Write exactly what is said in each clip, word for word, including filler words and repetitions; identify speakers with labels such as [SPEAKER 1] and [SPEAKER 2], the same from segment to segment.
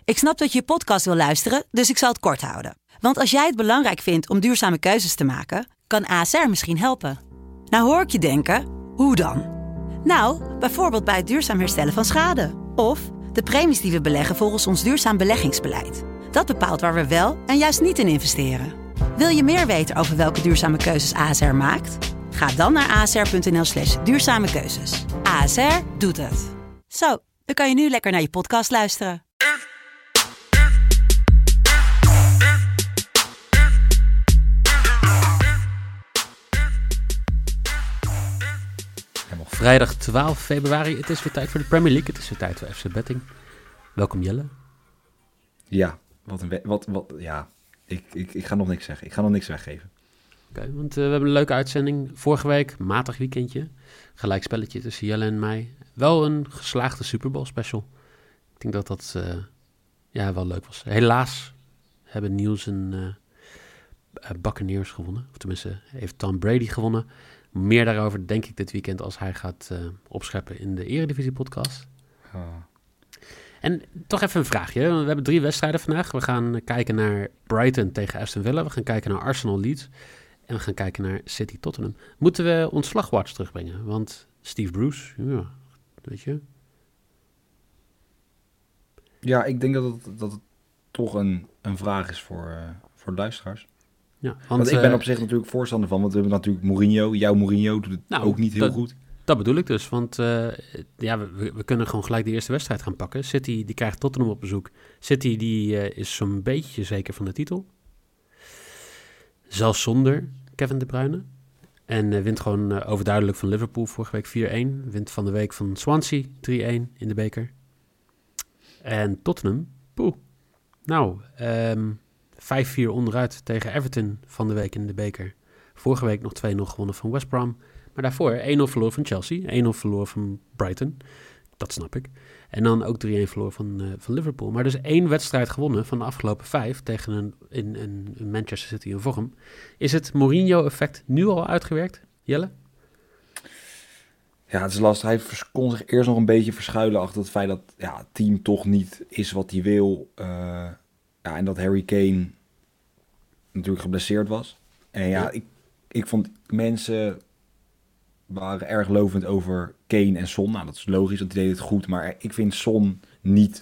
[SPEAKER 1] Ik snap dat je je podcast wil luisteren, dus ik zal het kort houden. Want als jij het belangrijk vindt om duurzame keuzes te maken, kan A S R misschien helpen. Nou hoor ik je denken, hoe dan? Nou, bijvoorbeeld bij het duurzaam herstellen van schade. Of de premies die we beleggen volgens ons duurzaam beleggingsbeleid. Dat bepaalt waar we wel en juist niet in investeren. Wil je meer weten over welke duurzame keuzes A S R maakt? Ga dan naar asr.nl slash duurzame keuzes. A S R doet het. Zo, dan kan je nu lekker naar je podcast luisteren.
[SPEAKER 2] Vrijdag twaalf februari, het is weer tijd voor de Premier League. Het is weer tijd voor F C Betting. Welkom Jelle.
[SPEAKER 3] Ja, wat een... We- wat, wat, ja, ik, ik, ik ga nog niks zeggen. Ik ga nog niks weggeven.
[SPEAKER 2] Oké, okay, want uh, we hebben een leuke uitzending. Vorige week, matig weekendje. Gelijk spelletje tussen Jelle en mij. Wel een geslaagde Super Bowl special. Ik denk dat dat uh, ja, wel leuk was. Helaas hebben Niels en uh, uh, Buccaneers gewonnen. Of tenminste, heeft Tom Brady gewonnen. Meer daarover denk ik dit weekend als hij gaat uh, opscheppen in de Eredivisie podcast. Oh. En toch even een vraagje. We hebben drie wedstrijden vandaag. We gaan kijken naar Brighton tegen Aston Villa. We gaan kijken naar Arsenal Leeds. En we gaan kijken naar City Tottenham. Moeten we ons slagwatch terugbrengen? Want Steve Bruce, ja, weet je.
[SPEAKER 3] Ja, ik denk dat het, dat het toch een, een vraag is voor, uh, voor de luisteraars. Ja, want, want ik ben op zich natuurlijk voorstander van, want we hebben natuurlijk Mourinho. Jouw Mourinho doet het nou, ook niet heel
[SPEAKER 2] dat,
[SPEAKER 3] goed.
[SPEAKER 2] Dat bedoel ik dus, want uh, ja, we, we kunnen gewoon gelijk de eerste wedstrijd gaan pakken. City die krijgt Tottenham op bezoek. City die uh, is zo'n beetje zeker van de titel. Zelfs zonder Kevin De Bruyne. En uh, wint gewoon uh, overduidelijk van Liverpool vorige week vier-een. Wint van de week van Swansea drie-een in de beker. En Tottenham, poeh. Nou, um, vijf-vier onderuit tegen Everton van de week in de beker. Vorige week nog twee-nul gewonnen van West Brom. Maar daarvoor één-nul verloor van Chelsea. één-nul verloor van Brighton. Dat snap ik. En dan ook drie-een verloor van, uh, van Liverpool. Maar dus één wedstrijd gewonnen van de afgelopen vijf tegen een, in, in, in Manchester City in vorm. Is het Mourinho-effect nu al uitgewerkt, Jelle?
[SPEAKER 3] Ja, het is lastig. Hij kon zich eerst nog een beetje verschuilen achter het feit dat ja, het team toch niet is wat hij wil. Uh, ja, en dat Harry Kane natuurlijk geblesseerd was. En ja, ja. Ik, ik vond mensen waren erg lovend over Kane en Son. Nou, dat is logisch, want die deden het goed. Maar ik vind Son niet...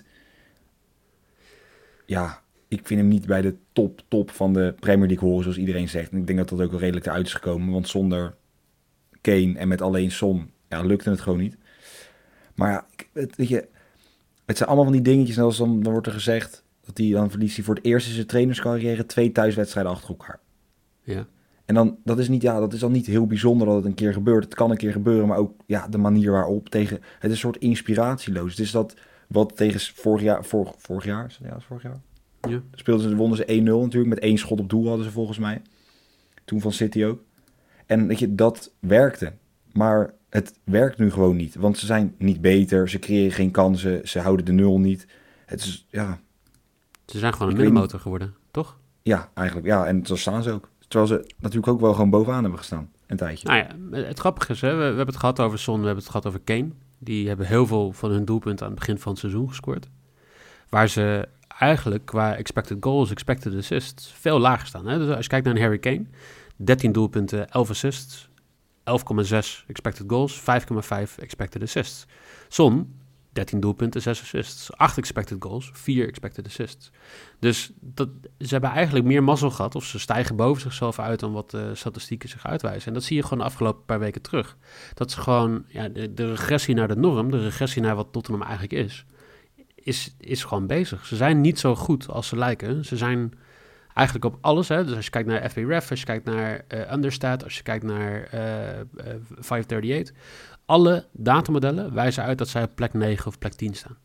[SPEAKER 3] Ja, ik vind hem niet bij de top, top van de Premier League horen, zoals iedereen zegt. En ik denk dat dat ook wel redelijk eruit is gekomen. Want zonder Kane en met alleen Son, ja, lukte het gewoon niet. Maar ja, het, weet je, het zijn allemaal van die dingetjes. En als dan, dan wordt er gezegd dat hij dan verliest hij voor het eerst in zijn trainerscarrière twee thuiswedstrijden achter elkaar.
[SPEAKER 2] Ja.
[SPEAKER 3] En dan, dat is niet, ja, dat is dan niet heel bijzonder dat het een keer gebeurt. Het kan een keer gebeuren, maar ook ja, de manier waarop tegen, het is een soort inspiratieloos. Het is dat wat tegen vorig jaar, vorig, vorig jaar, ja, vorig jaar, ja. Speelden ze, wonnen ze één-nul natuurlijk, met één schot op doel hadden ze volgens mij. Toen van City ook. En weet je, dat werkte. Maar het werkt nu gewoon niet, want ze zijn niet beter, ze creëren geen kansen, ze houden de nul niet. Het is, ja...
[SPEAKER 2] Ze zijn gewoon een middenmotor geworden, toch?
[SPEAKER 3] Ja, eigenlijk, ja, en zo staan ze ook. Terwijl ze natuurlijk ook wel gewoon bovenaan hebben gestaan, een tijdje.
[SPEAKER 2] Nou ja, het grappige is, hè, we, we hebben het gehad over Son, we hebben het gehad over Kane. Die hebben heel veel van hun doelpunten aan het begin van het seizoen gescoord. Waar ze eigenlijk qua expected goals, expected assists veel lager staan. Hè? Dus als je kijkt naar een Harry Kane, dertien doelpunten, elf assists, elf komma zes expected goals, vijf komma vijf expected assists. Son, dertien doelpunten, zes assists, acht expected goals, vier expected assists. Dus dat, ze hebben eigenlijk meer mazzel gehad, of ze stijgen boven zichzelf uit dan wat de statistieken zich uitwijzen. En dat zie je gewoon de afgelopen paar weken terug. Dat ze gewoon, ja, de, de regressie naar de norm, de regressie naar wat Tottenham eigenlijk is, is, is gewoon bezig. Ze zijn niet zo goed als ze lijken. Ze zijn eigenlijk op alles, hè. Dus als je kijkt naar F B ref, als je kijkt naar uh, Understat, als je kijkt naar uh, uh, vijfhonderdachtendertig... alle datamodellen wijzen uit dat zij op plek negen of plek tien staan.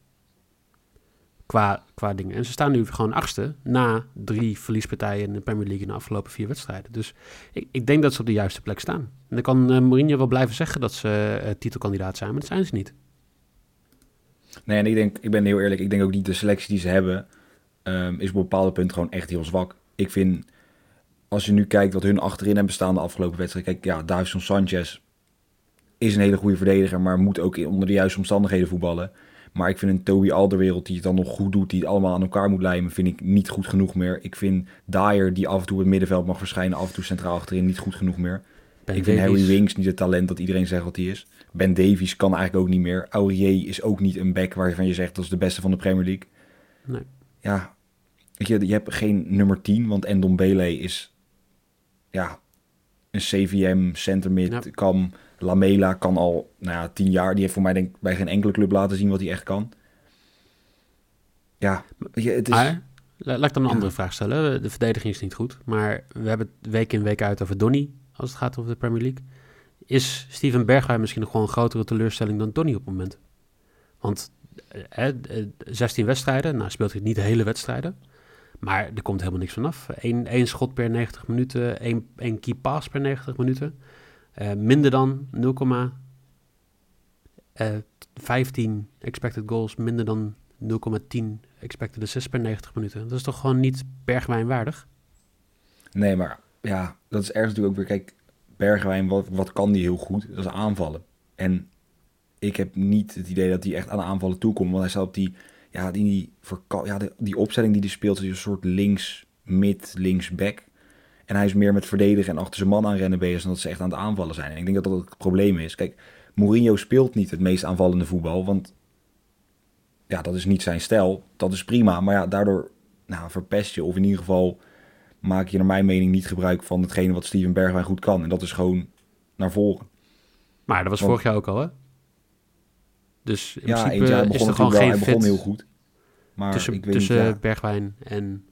[SPEAKER 2] Qua, qua dingen. En ze staan nu gewoon achtste na drie verliespartijen in de Premier League in de afgelopen vier wedstrijden. Dus ik, ik denk dat ze op de juiste plek staan. En dan kan uh, Mourinho wel blijven zeggen dat ze uh, titelkandidaat zijn, maar dat zijn ze niet.
[SPEAKER 3] Nee, en ik denk, ik ben heel eerlijk, ik denk ook niet de selectie die ze hebben um, is op bepaalde punten gewoon echt heel zwak. Ik vind, als je nu kijkt wat hun achterin hebben staan de afgelopen wedstrijd, kijk, ja, Davinson Sanchez is een hele goede verdediger, maar moet ook onder de juiste omstandigheden voetballen. Maar ik vind een Toby Alderweireld die het dan nog goed doet, die het allemaal aan elkaar moet lijmen, vind ik niet goed genoeg meer. Ik vind Dyer, die af en toe op het middenveld mag verschijnen, af en toe centraal achterin, niet goed genoeg meer.
[SPEAKER 2] Ben
[SPEAKER 3] ik vind
[SPEAKER 2] Davies.
[SPEAKER 3] Harry Winks niet het talent dat iedereen zegt wat hij is. Ben Davies kan eigenlijk ook niet meer. Aurier is ook niet een back waarvan je zegt dat is de beste van de Premier League.
[SPEAKER 2] Nee.
[SPEAKER 3] Ja, weet je, je hebt geen nummer tien, want Ndombele is ja, een C V M, centermid,
[SPEAKER 2] Ja.
[SPEAKER 3] kan... Lamela kan al nou ja, tien jaar. Die heeft voor mij denk ik bij geen enkele club laten zien wat hij echt kan. Ja, weet je, het is...
[SPEAKER 2] Maar, la- laat ik dan een
[SPEAKER 3] Ja.
[SPEAKER 2] andere vraag stellen. De verdediging is niet goed. Maar we hebben het week in week uit over Donny, als het gaat over de Premier League. Is Steven Bergwijn misschien nog wel een grotere teleurstelling dan Donny op het moment? Want eh, eh, zestien wedstrijden, nou speelt hij niet de hele wedstrijden. Maar er komt helemaal niks vanaf. Eén, één schot per negentig minuten, één, één key pass per negentig minuten. Uh, minder dan nul komma vijftien expected goals, minder dan nul komma tien expected assists per negentig minuten. Dat is toch gewoon niet Bergwijn waardig?
[SPEAKER 3] Nee, maar ja, dat is ergens natuurlijk ook weer... Kijk, Bergwijn, wat, wat kan die heel goed? Dat is aanvallen. En ik heb niet het idee dat hij echt aan aanvallen toekomt. Want hij staat op die... Ja, die, die, verka- ja, die, die opstelling die hij speelt is een soort links, mid, links, back. En hij is meer met verdedigen en achter zijn man aan rennen bezig dan dat ze echt aan het aanvallen zijn. En ik denk dat dat het probleem is. Kijk, Mourinho speelt niet het meest aanvallende voetbal, want ja, dat is niet zijn stijl. Dat is prima, maar ja, daardoor nou, verpest je of in ieder geval maak je naar mijn mening niet gebruik van hetgene wat Steven Bergwijn goed kan. En dat is gewoon naar voren.
[SPEAKER 2] Maar dat was
[SPEAKER 3] Want-
[SPEAKER 2] vorig jaar ook al, hè? Dus in
[SPEAKER 3] Ja,
[SPEAKER 2] principe
[SPEAKER 3] hij
[SPEAKER 2] is
[SPEAKER 3] begon
[SPEAKER 2] er gewoon
[SPEAKER 3] natuurlijk wel,
[SPEAKER 2] geen
[SPEAKER 3] hij begon
[SPEAKER 2] fit
[SPEAKER 3] heel goed. Maar
[SPEAKER 2] tussen,
[SPEAKER 3] ik weet
[SPEAKER 2] tussen
[SPEAKER 3] niet, ja,
[SPEAKER 2] Bergwijn en,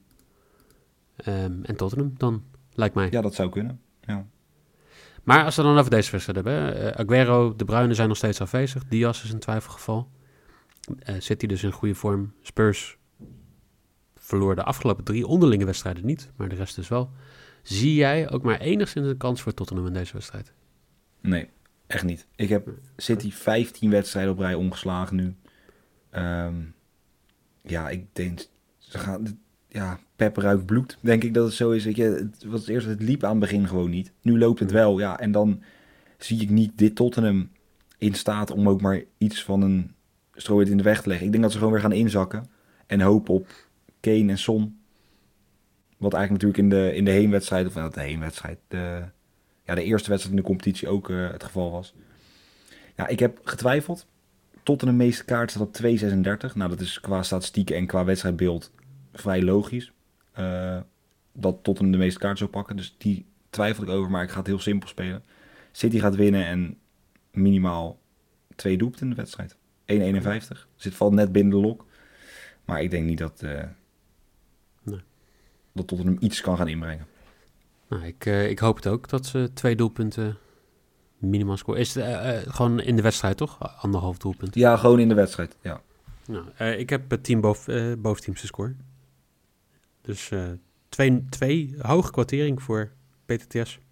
[SPEAKER 2] ehm, en Tottenham dan, lijkt mij.
[SPEAKER 3] ja, dat zou kunnen. Ja.
[SPEAKER 2] Maar als we dan over deze wedstrijd hebben, hè, eh, Aguero, De Bruyne zijn nog steeds afwezig. Diaz is een twijfelgeval. Uh, City dus in goede vorm. Spurs verloor de afgelopen drie onderlinge wedstrijden niet, maar de rest dus wel. Zie jij ook maar enigszins een kans voor Tottenham in deze wedstrijd?
[SPEAKER 3] Nee, echt niet. Ik heb City vijftien wedstrijden op rij omgeslagen nu. Ehm, ja, ik denk... Ze gaan, ja, Pep ruikt bloed, denk ik dat het zo is. Weet je, het was eerst, het liep aan het begin gewoon niet. Nu loopt het wel, ja. En dan zie ik niet dit Tottenham in staat om ook maar iets van een strooit in de weg te leggen. Ik denk dat ze gewoon weer gaan inzakken. En hopen op Kane en Son. Wat eigenlijk natuurlijk in de, in de heenwedstrijd, of nou, de heenwedstrijd... De, ja, de eerste wedstrijd in de competitie ook uh, het geval was. Ja, ik heb getwijfeld. Tottenham meeste kaart staat op twee komma zesendertig. Nou, dat is qua statistieken en qua wedstrijdbeeld vrij logisch. Uh, dat Tottenham de meeste kaart zou pakken. Dus die twijfel ik over, maar ik ga het heel simpel spelen. City gaat winnen en minimaal twee doelpunten in de wedstrijd. één komma eenenvijftig. Zit valt net binnen de lok. Maar ik denk niet dat, uh,
[SPEAKER 2] Nee.
[SPEAKER 3] dat Tottenham iets kan gaan inbrengen.
[SPEAKER 2] Nou, ik, uh, ik hoop het ook, dat ze twee doelpunten minimaal scoren. Is het uh, uh, gewoon in de wedstrijd, toch? Anderhalf doelpunt.
[SPEAKER 3] Ja, gewoon in de wedstrijd, ja.
[SPEAKER 2] Nou, uh, ik heb het team boven, uh, boventeamse score. Dus uh, twee, twee hoge kwartering voor P T T S.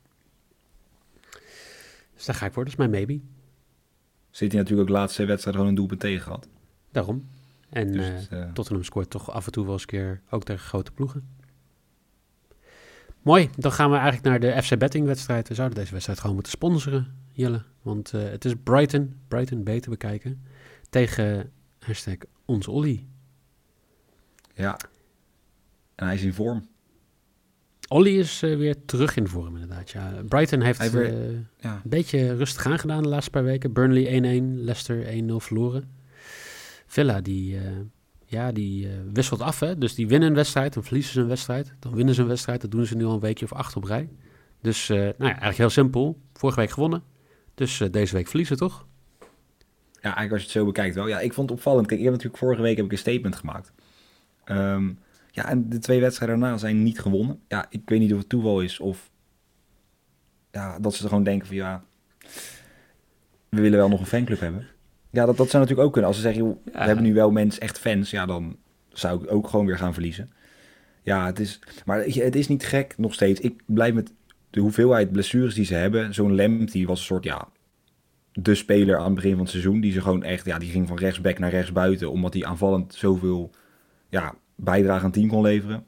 [SPEAKER 2] Dus daar ga ik voor, dat is mijn maybe.
[SPEAKER 3] Zit hij natuurlijk ook de laatste wedstrijd gewoon een doelpunt tegen gehad.
[SPEAKER 2] Daarom. En
[SPEAKER 3] Dus
[SPEAKER 2] uh,
[SPEAKER 3] het, uh...
[SPEAKER 2] Tottenham scoort toch af en toe wel eens een keer ook tegen grote ploegen. Mooi, dan gaan we eigenlijk naar de F C Betting wedstrijd. We zouden deze wedstrijd gewoon moeten sponsoren, Jelle. Want uh, het is Brighton, Brighton B te bekijken, tegen hashtag Ons Ollie.
[SPEAKER 3] Ja, en hij is in vorm.
[SPEAKER 2] Ollie is uh, weer terug in vorm inderdaad, ja. Brighton heeft
[SPEAKER 3] Hij weer,
[SPEAKER 2] uh,
[SPEAKER 3] ja.
[SPEAKER 2] een beetje rustig aangedaan de laatste paar weken. Burnley één-één, Leicester één nul verloren. Villa, die, uh, ja, die uh, wisselt af, hè. Dus die winnen een wedstrijd, dan verliezen ze een wedstrijd. Dan winnen ze een wedstrijd, dat doen ze nu al een weekje of acht op rij. Dus, uh, nou ja, eigenlijk heel simpel. Vorige week gewonnen, dus uh, deze week verliezen, toch?
[SPEAKER 3] Ja, eigenlijk als je het zo bekijkt wel. Ja, ik vond het opvallend. Kijk, ik heb natuurlijk vorige week heb ik een statement gemaakt. Um, ja, en de twee wedstrijden daarna zijn niet gewonnen. Ja, ik weet niet of het toeval is of ja, dat ze er gewoon denken van ja, we willen wel nog een fanclub hebben. Ja, dat, dat zou natuurlijk ook kunnen. Als ze zeggen, joh,
[SPEAKER 2] Ja.
[SPEAKER 3] we hebben nu wel mensen echt fans, ja, dan zou ik ook gewoon weer gaan verliezen. Ja, het is, maar het is niet gek nog steeds. Ik blijf met de hoeveelheid blessures die ze hebben. Zo'n Lemp, die was een soort, ja, de speler aan het begin van het seizoen. Die ze gewoon echt, ja, die ging van rechtsback naar rechtsbuiten, omdat hij aanvallend zoveel, ja, bijdrage aan het team kon leveren.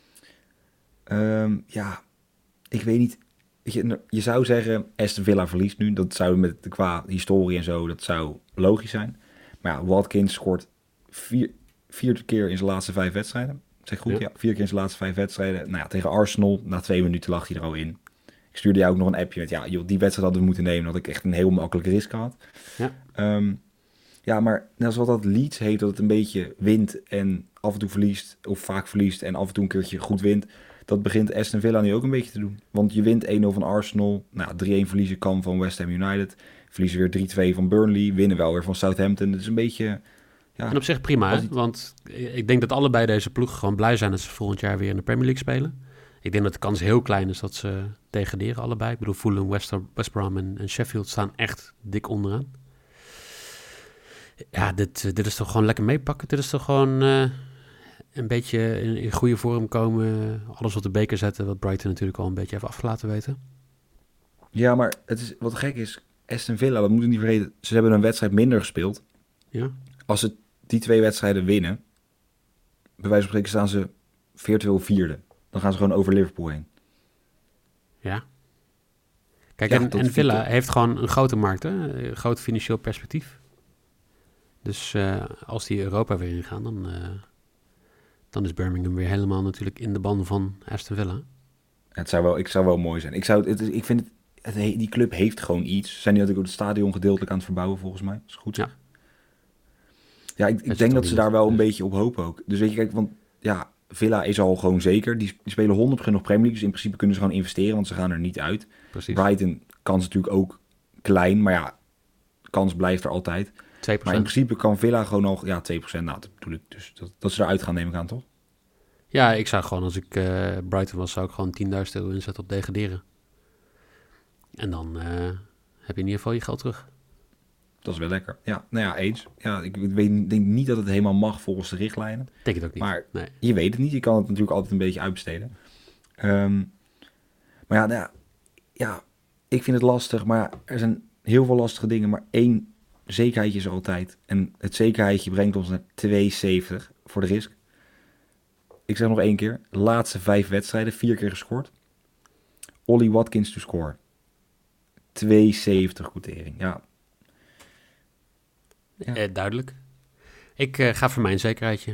[SPEAKER 3] Um, ja, ik weet niet. Je, je zou zeggen, Aston Villa verliest nu. Dat zou met qua historie en zo, dat zou logisch zijn. Maar ja, Watkins scoort vier, vier keer in zijn laatste vijf wedstrijden. Zeg goed, ja. ja. Vier keer in zijn laatste vijf wedstrijden. Nou ja, tegen Arsenal, na twee minuten lag hij er al in. Ik stuurde jou ook nog een appje met, ja, joh, die wedstrijd hadden we moeten nemen. Dat ik echt een heel makkelijk risk had.
[SPEAKER 2] Ja.
[SPEAKER 3] Um, ja, maar net als wat dat Leeds heet, dat het een beetje wint en af en toe verliest, of vaak verliest en af en toe een keertje goed wint. Dat begint Aston Villa nu ook een beetje te doen. Want je wint één nul van Arsenal, nou, drie-een verliezen kan van West Ham United. Verliezen weer drie-twee van Burnley, winnen wel weer van Southampton. Dat is een beetje... Ja,
[SPEAKER 2] en op zich prima,
[SPEAKER 3] die...
[SPEAKER 2] want ik denk dat allebei deze ploegen gewoon blij zijn dat ze volgend jaar weer in de Premier League spelen. Ik denk dat de kans heel klein is dat ze degraderen allebei. Ik bedoel, Fulham, West, West Brom en, en Sheffield staan echt dik onderaan. Ja, dit, dit is toch gewoon lekker meepakken. Dit is toch gewoon uh, een beetje in, in goede vorm komen. Alles op de beker zetten, wat Brighton natuurlijk al een beetje heeft afgelaten weten.
[SPEAKER 3] Ja, maar het is, wat gek is, Aston Villa, dat moeten we niet vergeten. Ze hebben een wedstrijd minder gespeeld.
[SPEAKER 2] Ja.
[SPEAKER 3] Als ze die twee wedstrijden winnen, bij wijze van spreken staan ze virtueel vierde. Dan gaan ze gewoon over Liverpool heen.
[SPEAKER 2] Ja. Kijk,
[SPEAKER 3] ja,
[SPEAKER 2] en, en Villa heeft gewoon een grote markt, hè? Een groot financieel perspectief. Dus uh, als die Europa weer ingaan, dan, uh, dan is Birmingham weer helemaal natuurlijk in de ban van Aston Villa.
[SPEAKER 3] Het zou wel, ik zou wel mooi zijn. Ik, zou, het, ik vind het, het, die club heeft gewoon iets. Ze zijn nu natuurlijk het stadion gedeeltelijk aan het verbouwen volgens mij. Dat is goed.
[SPEAKER 2] Ja,
[SPEAKER 3] ja ik, ik denk dat ze daar wel een beetje op hopen ook. Dus weet je, kijk, want ja, Villa is al gewoon zeker. Die, die spelen honderd procent nog Premier League. Dus in principe kunnen ze gewoon investeren, want ze gaan er niet uit.
[SPEAKER 2] Precies.
[SPEAKER 3] Brighton kans natuurlijk ook klein, maar ja, kans blijft er altijd.
[SPEAKER 2] twee procent.
[SPEAKER 3] Maar in principe kan Villa gewoon al, ja, twee procent, nou, dat bedoel ik. Dus dat, dat ze eruit gaan, neem ik aan, toch?
[SPEAKER 2] Ja, ik zou gewoon, als ik uh, Brighton was, zou ik gewoon tienduizend euro inzetten op degraderen. En dan uh, heb je in ieder geval je geld terug.
[SPEAKER 3] Dat is wel lekker. Ja, nou ja, eens. Ja, ik weet, denk niet dat het helemaal mag volgens de richtlijnen.
[SPEAKER 2] Denk het ook niet.
[SPEAKER 3] Maar
[SPEAKER 2] nee.
[SPEAKER 3] Je weet het niet. Je kan het natuurlijk altijd een beetje uitbesteden. Um, maar ja, nou ja, ja, ik vind het lastig. Maar ja, er zijn heel veel lastige dingen. Maar één zekerheidje is er altijd. En het zekerheidje brengt ons naar twee zeventig voor de risk. Ik zeg nog één keer. Laatste vijf wedstrijden, vier keer gescoord. Ollie Watkins to score. twee zeventig quotering, ja.
[SPEAKER 2] Ja. Eh, duidelijk. Ik uh, ga voor mijn zekerheidje.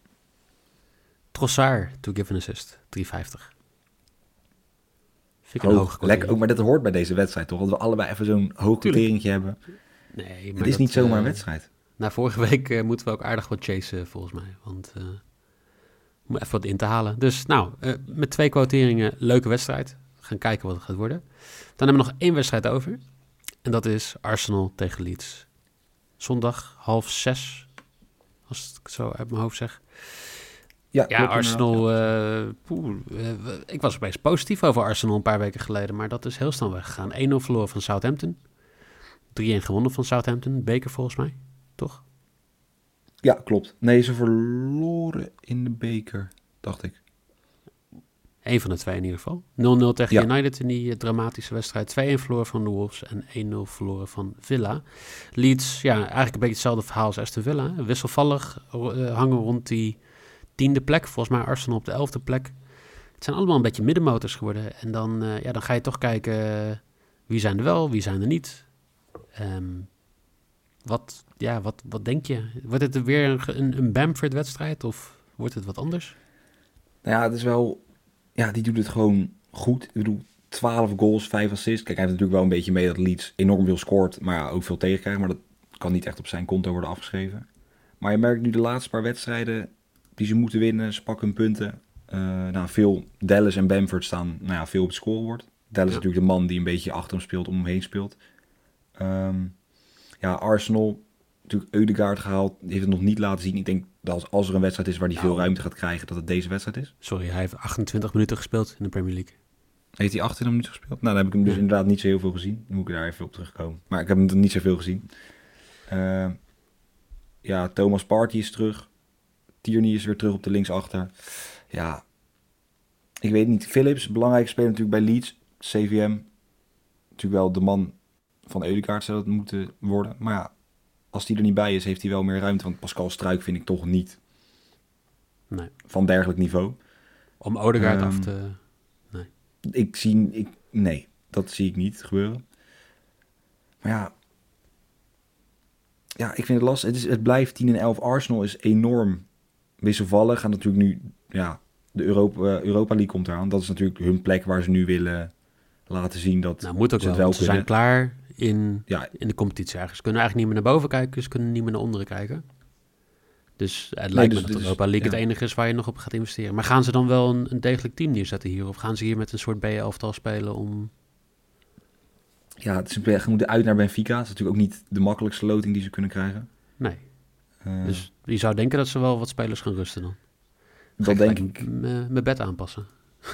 [SPEAKER 2] Trossard to give an assist. drie vijftig. Vind ik een hoog
[SPEAKER 3] lekker ook, maar dat hoort bij deze wedstrijd toch? Dat we allebei even zo'n hoog quoteringetje hebben.
[SPEAKER 2] Nee, maar
[SPEAKER 3] het is
[SPEAKER 2] dat,
[SPEAKER 3] niet zomaar
[SPEAKER 2] uh,
[SPEAKER 3] een wedstrijd.
[SPEAKER 2] Na vorige week uh, moeten we ook aardig wat chasen volgens mij. Want uh, om even wat in te halen. Dus nou, uh, met twee quoteringen, leuke wedstrijd. We gaan kijken wat het gaat worden. Dan hebben we nog één wedstrijd over. En dat is Arsenal tegen Leeds. Zondag, half zes. Als ik het zo uit mijn hoofd zeg.
[SPEAKER 3] Ja,
[SPEAKER 2] ja Arsenal... Uh, poeh, uh, ik was opeens positief over Arsenal een paar weken geleden. Maar dat is heel snel weggegaan. één nul verloren van Southampton. drie-een gewonnen van Southampton. Beker volgens mij, toch?
[SPEAKER 3] Ja, klopt. Nee, ze verloren in de beker, dacht ik.
[SPEAKER 2] Eén van de twee in ieder geval. nul nul tegen
[SPEAKER 3] ja.
[SPEAKER 2] United in die uh, dramatische wedstrijd. twee-een verloren van de Wolves en één nul verloren van Villa. Leeds, ja, eigenlijk een beetje hetzelfde verhaal als Aston Villa. Wisselvallig uh, hangen rond die tiende plek. Volgens mij Arsenal op de elfde plek. Het zijn allemaal een beetje middenmotors geworden. En dan, uh, ja, dan ga je toch kijken uh, wie zijn er wel, wie zijn er niet. Um, wat, ja, wat, wat denk je? Wordt het weer een, een, een Bamford-wedstrijd of wordt het wat anders?
[SPEAKER 3] Nou ja, het is wel... Ja, die doet het gewoon goed. Ik bedoel, twaalf goals, vijf assists. Kijk, hij heeft natuurlijk wel een beetje mee dat Leeds enorm veel scoort, maar ja, ook veel tegenkrijgt. Maar dat kan niet echt op zijn konto worden afgeschreven. Maar je merkt nu de laatste paar wedstrijden die ze moeten winnen. Ze pakken hun punten. Uh, nou, veel Dallas en Bamford staan nou ja, veel op het scorebord. Dallas ja. is natuurlijk de man die een beetje achter hem speelt, om hem heen speelt. Um, ja, Arsenal, natuurlijk Ødegaard gehaald, die heeft het nog niet laten zien. Ik denk dat als, als er een wedstrijd is waar hij nou, veel ruimte gaat krijgen, dat het deze wedstrijd is.
[SPEAKER 2] Sorry, hij heeft achtentwintig minuten gespeeld in de Premier League.
[SPEAKER 3] Heeft hij achtentwintig minuten gespeeld? Nou, dan heb ik hem dus ja. inderdaad niet zo heel veel gezien. Dan moet ik daar even op terugkomen. Maar ik heb hem niet zoveel gezien. Uh, ja, Thomas Partey is terug. Tierney is weer terug op de linksachter. Ja, ik weet niet. Phillips, belangrijke speler natuurlijk bij Leeds. C V M. Natuurlijk wel de man van Ødegaard zou dat moeten worden. Maar ja, als die er niet bij is, heeft hij wel meer ruimte. Want Pascal Struijk vind ik toch niet
[SPEAKER 2] nee.
[SPEAKER 3] van dergelijk niveau.
[SPEAKER 2] Om Ødegaard um, af te... Nee.
[SPEAKER 3] Ik zie... Ik, nee, dat zie ik niet gebeuren. Maar ja... ja, ik vind het lastig. Het, is, het blijft tien en elf. Arsenal is enorm wisselvallig. Gaan natuurlijk nu, ja, de Europa, Europa League komt eraan. Dat is natuurlijk hun plek waar ze nu willen laten zien dat
[SPEAKER 2] Nou, moet ook
[SPEAKER 3] ze
[SPEAKER 2] wel,
[SPEAKER 3] het wel
[SPEAKER 2] want ze zijn
[SPEAKER 3] kunnen.
[SPEAKER 2] klaar in,
[SPEAKER 3] Ja,
[SPEAKER 2] in de competitie eigenlijk. Ze kunnen eigenlijk niet meer naar boven kijken, ze kunnen niet meer naar onderen kijken. Dus het
[SPEAKER 3] Nee,
[SPEAKER 2] lijkt
[SPEAKER 3] dus
[SPEAKER 2] me dat
[SPEAKER 3] dit is-
[SPEAKER 2] Europa League
[SPEAKER 3] ja.
[SPEAKER 2] het enige is waar je nog op gaat investeren. Maar gaan ze dan wel een, een degelijk team neerzetten hier? Of gaan ze hier met een soort B-elftal spelen om...
[SPEAKER 3] ja, het is, je moet uit naar Benfica. Dat is natuurlijk ook niet de makkelijkste loting die ze kunnen krijgen.
[SPEAKER 2] Nee,
[SPEAKER 3] Uh,
[SPEAKER 2] dus je zou denken dat ze wel wat spelers gaan rusten dan. Ga
[SPEAKER 3] dat denk
[SPEAKER 2] gelijk
[SPEAKER 3] ik
[SPEAKER 2] m- m- mijn bed aanpassen.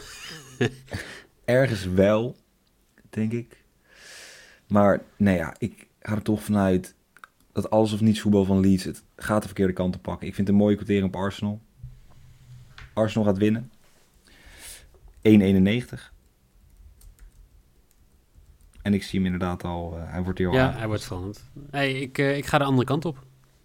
[SPEAKER 3] ergens wel, denk ik. Maar nee, ja, ik ga er toch vanuit dat alles of niets voetbal van Leeds, het gaat de verkeerde kant op pakken. Ik vind het een mooie quotering op Arsenal. Arsenal gaat winnen. één komma eenennegentig. En ik zie hem inderdaad al, uh, hij wordt hier al
[SPEAKER 2] Ja,
[SPEAKER 3] aangekomen.
[SPEAKER 2] hij wordt spannend. Hey, ik, uh, ik ga de andere kant op.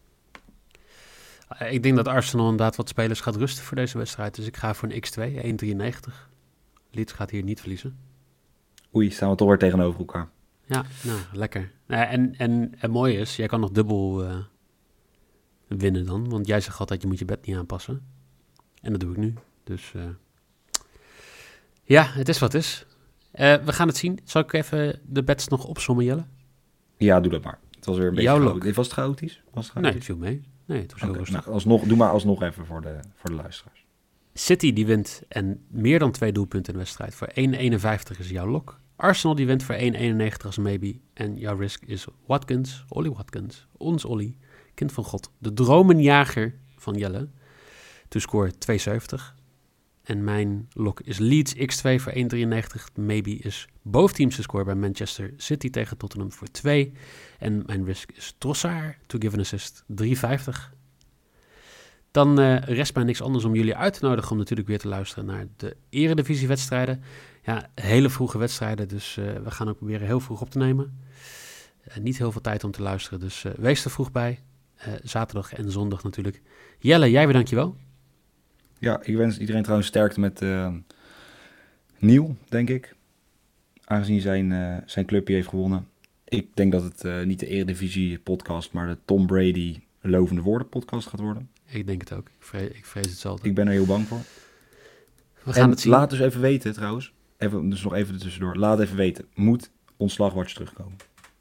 [SPEAKER 2] Uh, ik denk dat Arsenal inderdaad wat spelers gaat rusten voor deze wedstrijd. Dus ik ga voor een x twee, één komma drieënnegentig. Leeds gaat hier niet verliezen.
[SPEAKER 3] Oei, staan we toch weer tegenover elkaar.
[SPEAKER 2] Ja, nou, lekker. Uh, en, en het mooie is, jij kan nog dubbel uh, winnen dan. Want jij zegt altijd, je moet je bed niet aanpassen. En dat doe ik nu. Dus uh, ja, het is wat het is. Uh, we gaan het zien. Zal ik even de bets nog opsommen, Jelle?
[SPEAKER 3] Ja, doe dat maar. Het was weer een beetje
[SPEAKER 2] Jouw
[SPEAKER 3] chaotisch.
[SPEAKER 2] lok.
[SPEAKER 3] Was het chaotisch? Was het
[SPEAKER 2] Nee,
[SPEAKER 3] chaotisch?
[SPEAKER 2] het viel mee. Nee, het was heel
[SPEAKER 3] Oké,
[SPEAKER 2] rustig.
[SPEAKER 3] nou, alsnog, doe maar alsnog even voor de, voor de luisteraars.
[SPEAKER 2] City die wint en meer dan twee doelpunten in de wedstrijd. Voor één komma eenenvijftig is jouw lok. Arsenal die wint voor één komma eenennegentig als maybe. En jouw risk is Watkins, Ollie Watkins, ons Ollie, kind van God. De dromenjager van Jelle. To score twee komma zeventig. En mijn lok is Leeds x twee voor één komma drieënnegentig. Maybe is both teams te score bij Manchester City tegen Tottenham voor twee. En mijn risk is Trossard to give an assist drie komma vijftig. Dan uh, rest mij niks anders om jullie uit te nodigen om natuurlijk weer te luisteren naar de eredivisiewedstrijden. Ja, hele vroege wedstrijden, dus uh, we gaan ook proberen heel vroeg op te nemen. Uh, niet heel veel tijd om te luisteren, dus uh, wees er vroeg bij. Uh, zaterdag en zondag natuurlijk. Jelle, jij bedankt je wel.
[SPEAKER 3] Ja, ik wens iedereen trouwens sterkte met uh, Neil, denk ik. Aangezien zijn, uh, zijn clubje heeft gewonnen. Ik denk dat het uh, niet de Eredivisie podcast, maar de Tom Brady lovende woorden podcast gaat worden.
[SPEAKER 2] Ik denk het ook. Ik vrees, ik vrees hetzelfde.
[SPEAKER 3] Ik ben er heel bang voor.
[SPEAKER 2] We gaan
[SPEAKER 3] en
[SPEAKER 2] het zien.
[SPEAKER 3] laat dus even weten trouwens. Even, dus nog even tussendoor. Laat even weten. Moet ontslagwatch terugkomen?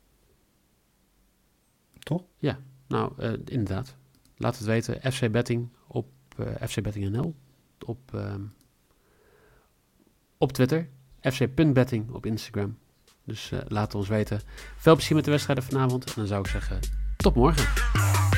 [SPEAKER 3] Toch?
[SPEAKER 2] Ja, nou uh, inderdaad. Laat het weten. F C Betting op uh, F C Betting N L. Op, um, op Twitter. F C punt betting op Instagram. Dus uh, laat ons weten. Veel plezier met de wedstrijden vanavond. En dan zou ik zeggen, tot morgen.